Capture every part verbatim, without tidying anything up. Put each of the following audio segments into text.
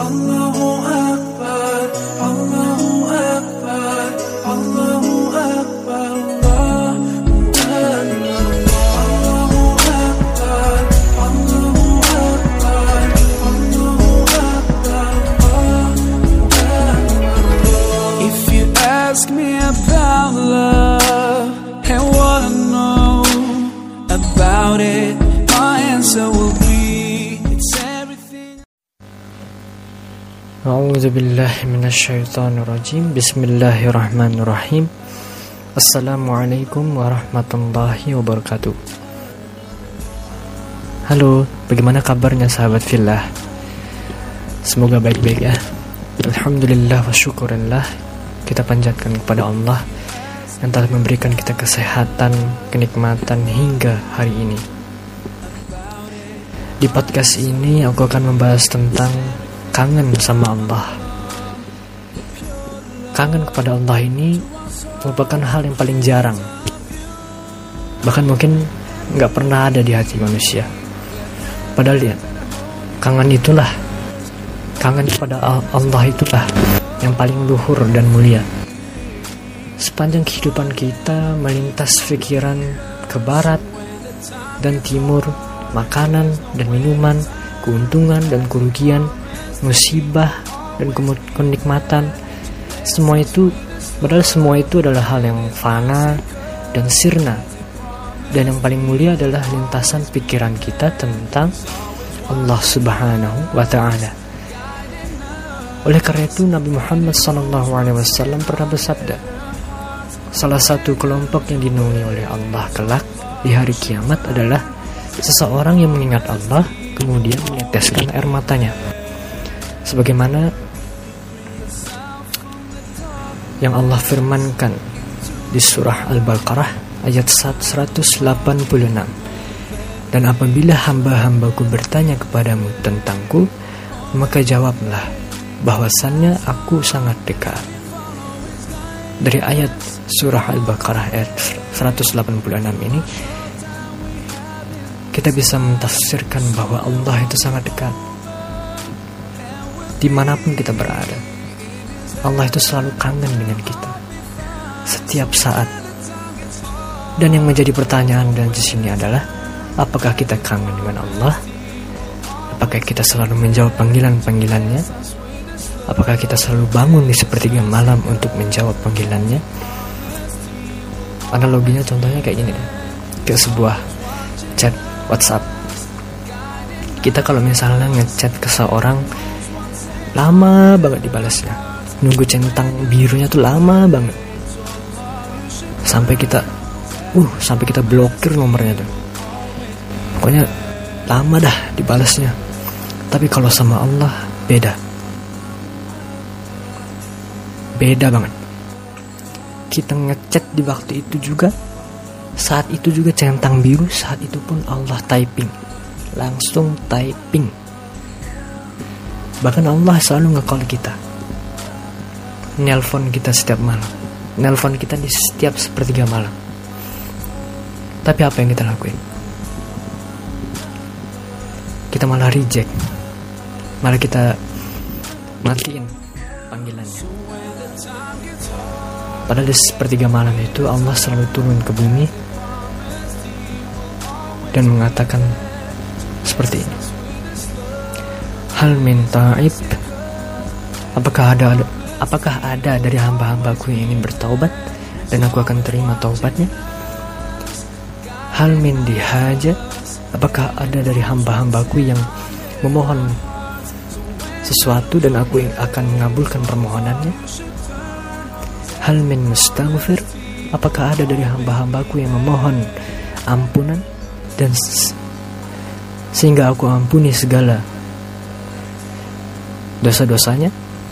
Allahu Akbar, Allahu Akbar, Allahu Akbar, Allahu Akbar, Allahu Akbar, Allahu Akbar, Allahu Akbar, Allahu Akbar. If you ask me about love and wanna know about it, my answer will be it's everything. A'udzu billahi minasyaitonir rajim. Bismillahirrahmanirrahim. Assalamualaikum warahmatullahi wabarakatuh. Halo, bagaimana kabarnya sahabat fillah? Semoga baik-baik ya. Alhamdulillah wa syukurillah, kita panjatkan kepada Allah yang telah memberikan kita kesehatan, kenikmatan hingga hari ini. Di podcast ini aku akan membahas tentang kangen sama Allah. Kangen kepada Allah ini merupakan hal yang paling jarang, bahkan mungkin gak pernah ada di hati manusia. Padahal lihat, kangen itulah, kangen kepada Allah itulah yang paling luhur dan mulia. Sepanjang kehidupan kita melintas pikiran ke barat dan timur, makanan dan minuman, keuntungan dan kerugian, musibah dan kenikmatan, semua itu, padahal semua itu adalah hal yang fana dan sirna, dan yang paling mulia adalah lintasan pikiran kita tentang Allah Subhanahu wa Ta'ala. Oleh karena itu Nabi Muhammad sallallahu alaihi wasallam pernah bersabda, salah satu kelompok yang dinaungi oleh Allah kelak di hari kiamat adalah seseorang yang mengingat Allah kemudian meneteskan air matanya, sebagaimana yang Allah firmankan di surah Al-Baqarah ayat seratus delapan puluh enam. Dan apabila hamba-hambaku bertanya kepadamu tentangku, maka jawablah bahwasannya aku sangat dekat. Dari ayat surah Al-Baqarah ayat seratus delapan puluh enam ini, kita bisa mentafsirkan bahwa Allah itu sangat dekat. Dimanapun kita berada, Allah itu selalu kangen dengan kita setiap saat. Dan yang menjadi pertanyaan dan di sini adalah, apakah kita kangen dengan Allah? Apakah kita selalu menjawab panggilan-panggilannya? Apakah kita selalu bangun di sepertiga malam untuk menjawab panggilannya? Analoginya contohnya kayak gini deh, ke sebuah chat WhatsApp. Kita kalau misalnya ngechat ke seorang, lama banget dibalasnya, nunggu centang birunya tuh lama banget, sampai kita uh sampai kita blokir nomornya tuh. Pokoknya lama dah dibalasnya. Tapi kalau sama Allah beda, beda banget. Kita ngechat di waktu itu juga, saat itu juga centang biru, saat itu pun Allah typing, langsung typing. Bahkan Allah selalu nge-call kita, nelpon kita setiap malam, nelpon kita di setiap sepertiga malam. Tapi apa yang kita lakuin? Kita malah reject, malah kita matiin panggilannya. Padahal di sepertiga malam itu Allah selalu turun ke bumi dan mengatakan seperti ini, hal min ta'ib, apakah ada apakah ada dari hamba-hambaku yang ingin bertaubat dan aku akan terima taubatnya? Hal min dihajat, apakah ada dari hamba-hambaku yang memohon sesuatu dan aku akan mengabulkan permohonannya? Hal min mustaghfir, apakah ada dari hamba-hambaku yang memohon ampunan dan sehingga aku ampuni segala dosa-dosanya?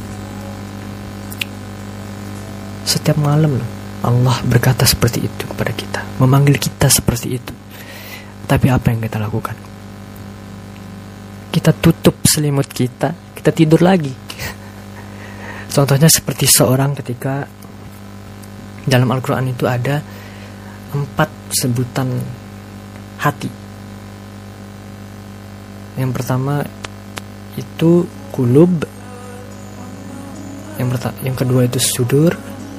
Setiap malam Allah berkata seperti itu kepada kita, memanggil kita seperti itu. Tapi apa yang kita lakukan? Kita tutup selimut kita, kita tidur lagi. Contohnya seperti seorang ketika dalam Al-Quran itu ada empat sebutan hati. Yang pertama itu kulub, Yang pertama, yang kedua itu sudur.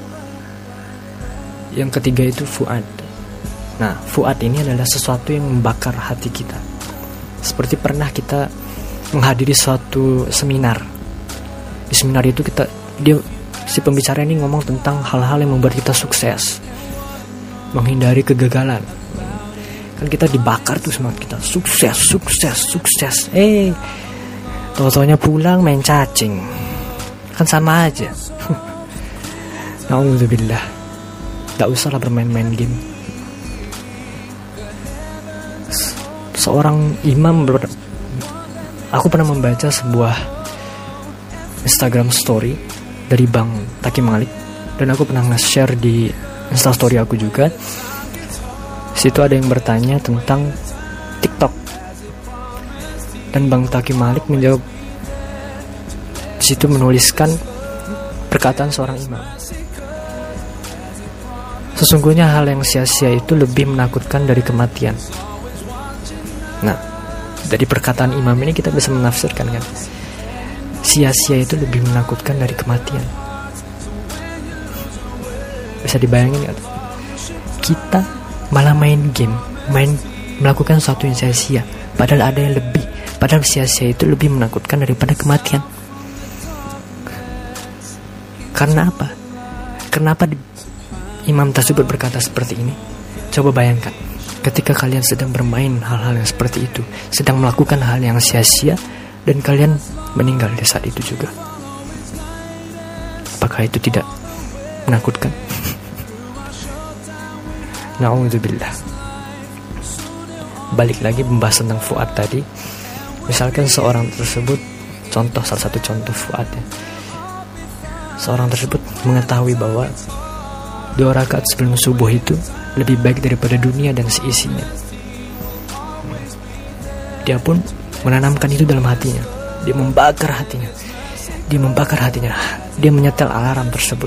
Yang ketiga itu fuad. Nah, fuad ini adalah sesuatu yang membakar hati kita. Seperti pernah kita menghadiri suatu seminar. Di seminar itu kita dia si pembicara ini ngomong tentang hal-hal yang membuat kita sukses, menghindari kegagalan. Kan kita dibakar tuh semangat kita, sukses, sukses, sukses. Eh, tau-taunya pulang main cacing. Kan sama aja. Na'udzubillah. Gak usah lah bermain-main game. Seorang imam ber... Aku pernah membaca sebuah Instagram story dari Bang Taki Malik, dan aku pernah nge-share di Instastory aku juga. Situ ada yang bertanya tentang TikTok, dan Bang Taki Malik menjawab. Di situ menuliskan perkataan seorang imam. Sesungguhnya hal yang sia-sia itu lebih menakutkan dari kematian. Nah, dari perkataan imam ini kita bisa menafsirkan kan, sia-sia itu lebih menakutkan dari kematian. Bisa dibayangin gak? Kita malah main game, main melakukan sesuatu yang sia-sia, padahal ada yang lebih. Padahal sia-sia itu lebih menakutkan daripada kematian. Karena apa? Kenapa di, imam tersebut berkata seperti ini? Coba bayangkan, ketika kalian sedang bermain hal-hal yang seperti itu, sedang melakukan hal yang sia-sia, dan kalian meninggal di saat itu juga, apakah itu tidak menakutkan? Na'udzubillah. Balik lagi pembahasan tentang fuad tadi. Misalkan seorang tersebut, contoh salah satu contoh fuad ya, seorang tersebut mengetahui bahwa dua rakaat sebelum subuh itu lebih baik daripada dunia dan seisinya. Dia pun menanamkan itu dalam hatinya. Dia membakar hatinya. Dia membakar hatinya. Dia menyetel alarm tersebut.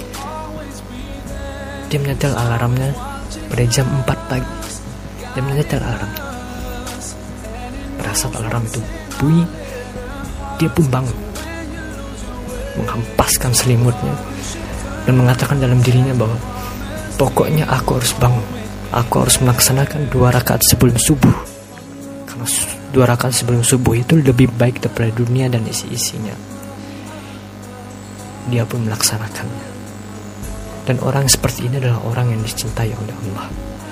Dia menyetel alarmnya pada jam empat pagi. Dia menyetel alarm. Pada saat alarm itu bunyi, dia pun bangun, menghempaskan selimutnya dan mengatakan dalam dirinya bahwa pokoknya aku harus bangun, aku harus melaksanakan dua rakaat sebelum subuh, karena dua rakaat sebelum subuh itu lebih baik daripada dunia dan isi-isinya. Dia pun melaksanakannya, dan orang seperti ini adalah orang yang dicintai oleh Allah.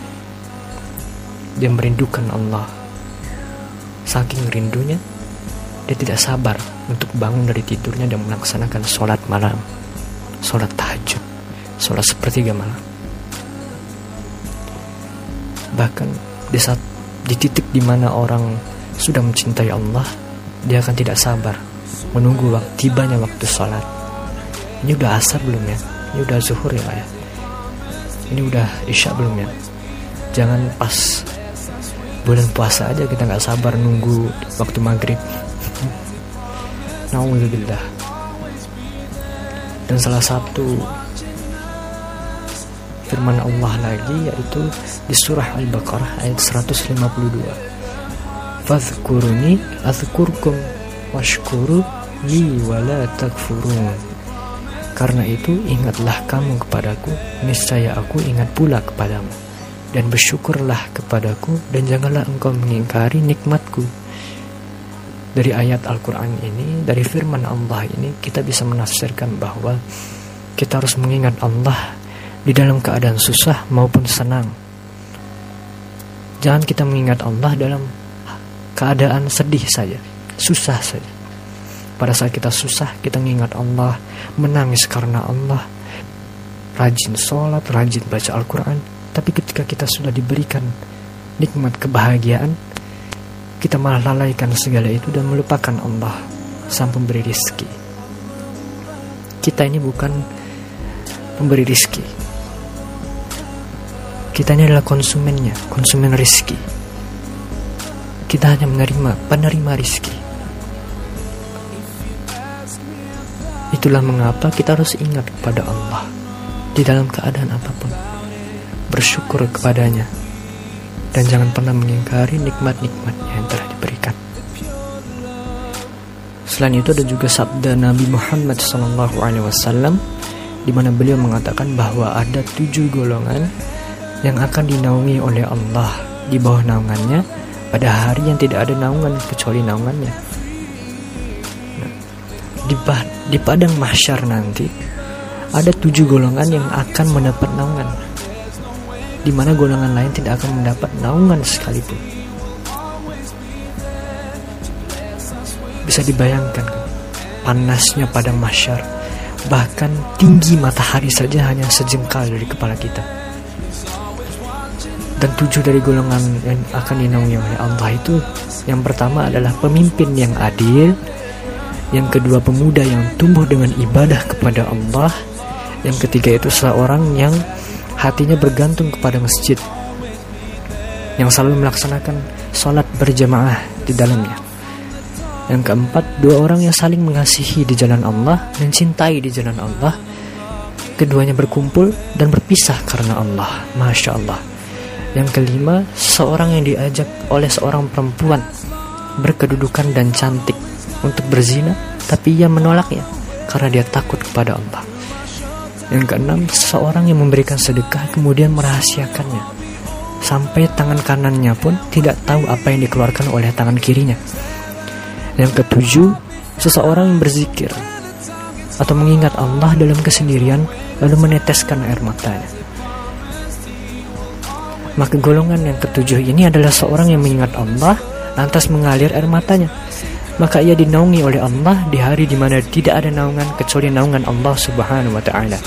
Dia merindukan Allah, saking rindunya dia tidak sabar untuk bangun dari tidurnya dan melaksanakan sholat malam, sholat tahajud, sholat sepertiga malam. Bahkan di saat di titik di mana orang sudah mencintai Allah, dia akan tidak sabar menunggu waktu tibanya waktu sholat. Ini udah asar belum ya? Ini udah zuhur ya ya? Ini udah isya belum ya? Jangan pas bulan puasa aja kita nggak sabar nunggu waktu maghrib. Na'udzubillah. Dan salah satu firman Allah lagi yaitu di surah Al-Baqarah ayat seratus lima puluh dua. Fadhkuruni adzkurkum washkuru li wala takfurun. Karena itu ingatlah kamu kepadaku, niscaya aku ingat pula kepadamu, dan bersyukurlah kepadaku, dan janganlah engkau mengingkari nikmatku. Dari ayat Al-Quran ini, dari firman Allah ini, kita bisa menafsirkan bahwa kita harus mengingat Allah di dalam keadaan susah maupun senang. Jangan kita mengingat Allah dalam keadaan sedih saja, susah saja. Pada saat kita susah, kita mengingat Allah, menangis karena Allah, rajin sholat, rajin baca Al-Quran. Tapi ketika kita sudah diberikan nikmat kebahagiaan, kita malah lalaikan segala itu dan melupakan Allah, sang pemberi rizki. Kita ini bukan pemberi rizki. Kita ini adalah konsumennya, konsumen rizki. Kita hanya menerima, penerima rizki. Itulah mengapa kita harus ingat kepada Allah di dalam keadaan apapun, bersyukur kepadanya, dan jangan pernah mengingkari nikmat-nikmatnya yang telah diberikan. Selain itu ada juga sabda Nabi Muhammad shallallahu alaihi wasallam di mana beliau mengatakan bahwa ada tujuh golongan yang akan dinaungi oleh Allah di bawah naungannya pada hari yang tidak ada naungan kecuali naungannya. Nah, di, di padang mahsyar nanti ada tujuh golongan yang akan mendapat naungan, di mana golongan lain tidak akan mendapat naungan sekalipun. Bisa dibayangkan kan? Panasnya padang mahsyar, bahkan tinggi matahari saja hanya sejengkal dari kepala kita. Dan tujuh dari golongan yang akan dinaungi oleh Allah itu, yang pertama adalah pemimpin yang adil, yang kedua pemuda yang tumbuh dengan ibadah kepada Allah, yang ketiga itu seorang yang hatinya bergantung kepada masjid, yang selalu melaksanakan sholat berjamaah di dalamnya. Yang keempat, dua orang yang saling mengasihi di jalan Allah, mencintai di jalan Allah. Keduanya berkumpul dan berpisah karena Allah. Masya Allah. Yang kelima, seorang yang diajak oleh seorang perempuan berkedudukan dan cantik untuk berzina, tapi ia menolaknya karena dia takut kepada Allah. Yang keenam, seorang yang memberikan sedekah kemudian merahasiakannya, sampai tangan kanannya pun tidak tahu apa yang dikeluarkan oleh tangan kirinya. Yang ketujuh, seseorang yang berzikir atau mengingat Allah dalam kesendirian lalu meneteskan air matanya. Maka golongan yang ketujuh ini adalah seorang yang mengingat Allah lantas mengalir air matanya. Maka ia dinaungi oleh Allah di hari di mana tidak ada naungan kecuali naungan Allah Subhanahu wa ta'ala.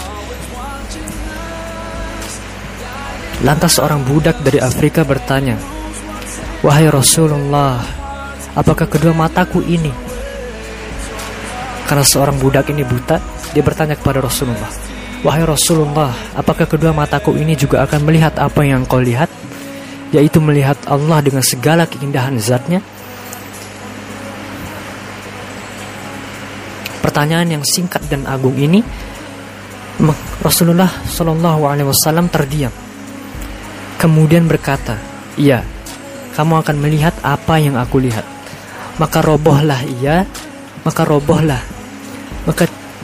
Lantas seorang budak dari Afrika bertanya, "Wahai Rasulullah, apakah kedua mataku ini?" Karena seorang budak ini buta, dia bertanya kepada Rasulullah, "Wahai Rasulullah, apakah kedua mataku ini juga akan melihat apa yang kau lihat, yaitu melihat Allah dengan segala keindahan zatnya?" Pertanyaan yang singkat dan agung ini, Rasulullah shallallahu alaihi wasallam terdiam. Kemudian berkata, "Iya, kamu akan melihat apa yang aku lihat." Maka robohlah ia, maka robohlah, maka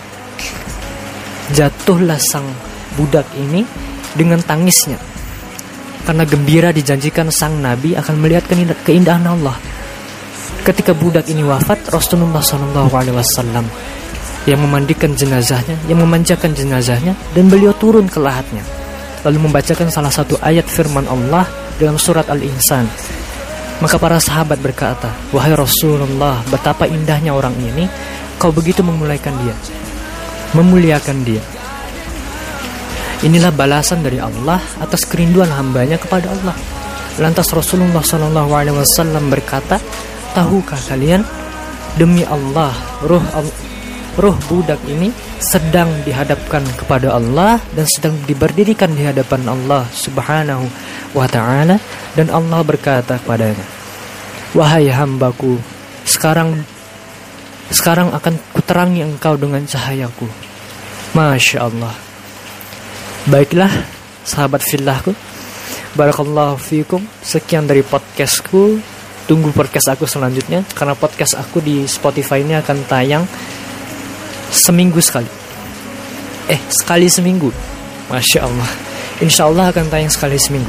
jatuhlah sang budak ini dengan tangisnya, karena gembira dijanjikan sang Nabi akan melihat keindahan Allah. Ketika budak ini wafat, Rasulullah shallallahu alaihi wasallam yang memandikan jenazahnya, yang memanjakan jenazahnya, dan beliau turun ke lahatnya, lalu membacakan salah satu ayat firman Allah dalam surat Al-Insan. Maka para sahabat berkata, "Wahai Rasulullah, betapa indahnya orang ini, kau begitu memuliakan dia, memuliakan dia." Inilah balasan dari Allah atas kerinduan hambanya kepada Allah. Lantas Rasulullah shallallahu alaihi wasallam berkata, "Tahukah kalian, demi Allah, ruh ruh budak ini sedang dihadapkan kepada Allah dan sedang diberdirikan di hadapan Allah Subhanahu wa ta'ala, dan Allah berkata kepadanya, 'Wahai hambaku, sekarang sekarang akan kuterangi engkau dengan cahayaku.'" Masya Allah. Baiklah sahabat fillahku, barakallahu fikum. Sekian dari podcastku. Tunggu podcast aku selanjutnya, karena podcast aku di Spotify ini akan tayang seminggu sekali. Eh, sekali seminggu. Masya Allah. Insya Allah akan tayang sekali seminggu.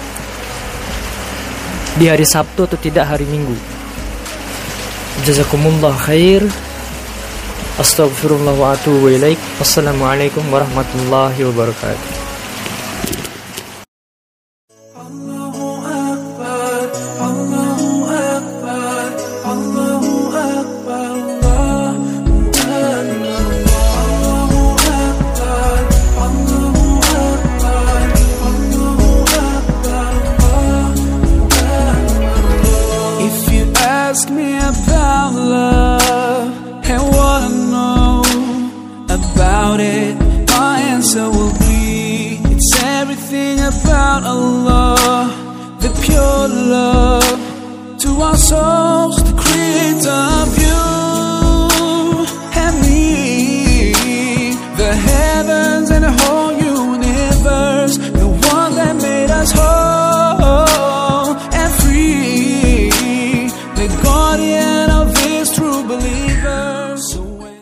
Di hari Sabtu atau tidak hari Minggu. Jazakumullah khair. Astaghfirullah wa atubu ilaik. Wassalamualaikum warahmatullahi wabarakatuh. Ask me about love and wanna know about it. My answer will be, it's everything about Allah, the pure love to our souls.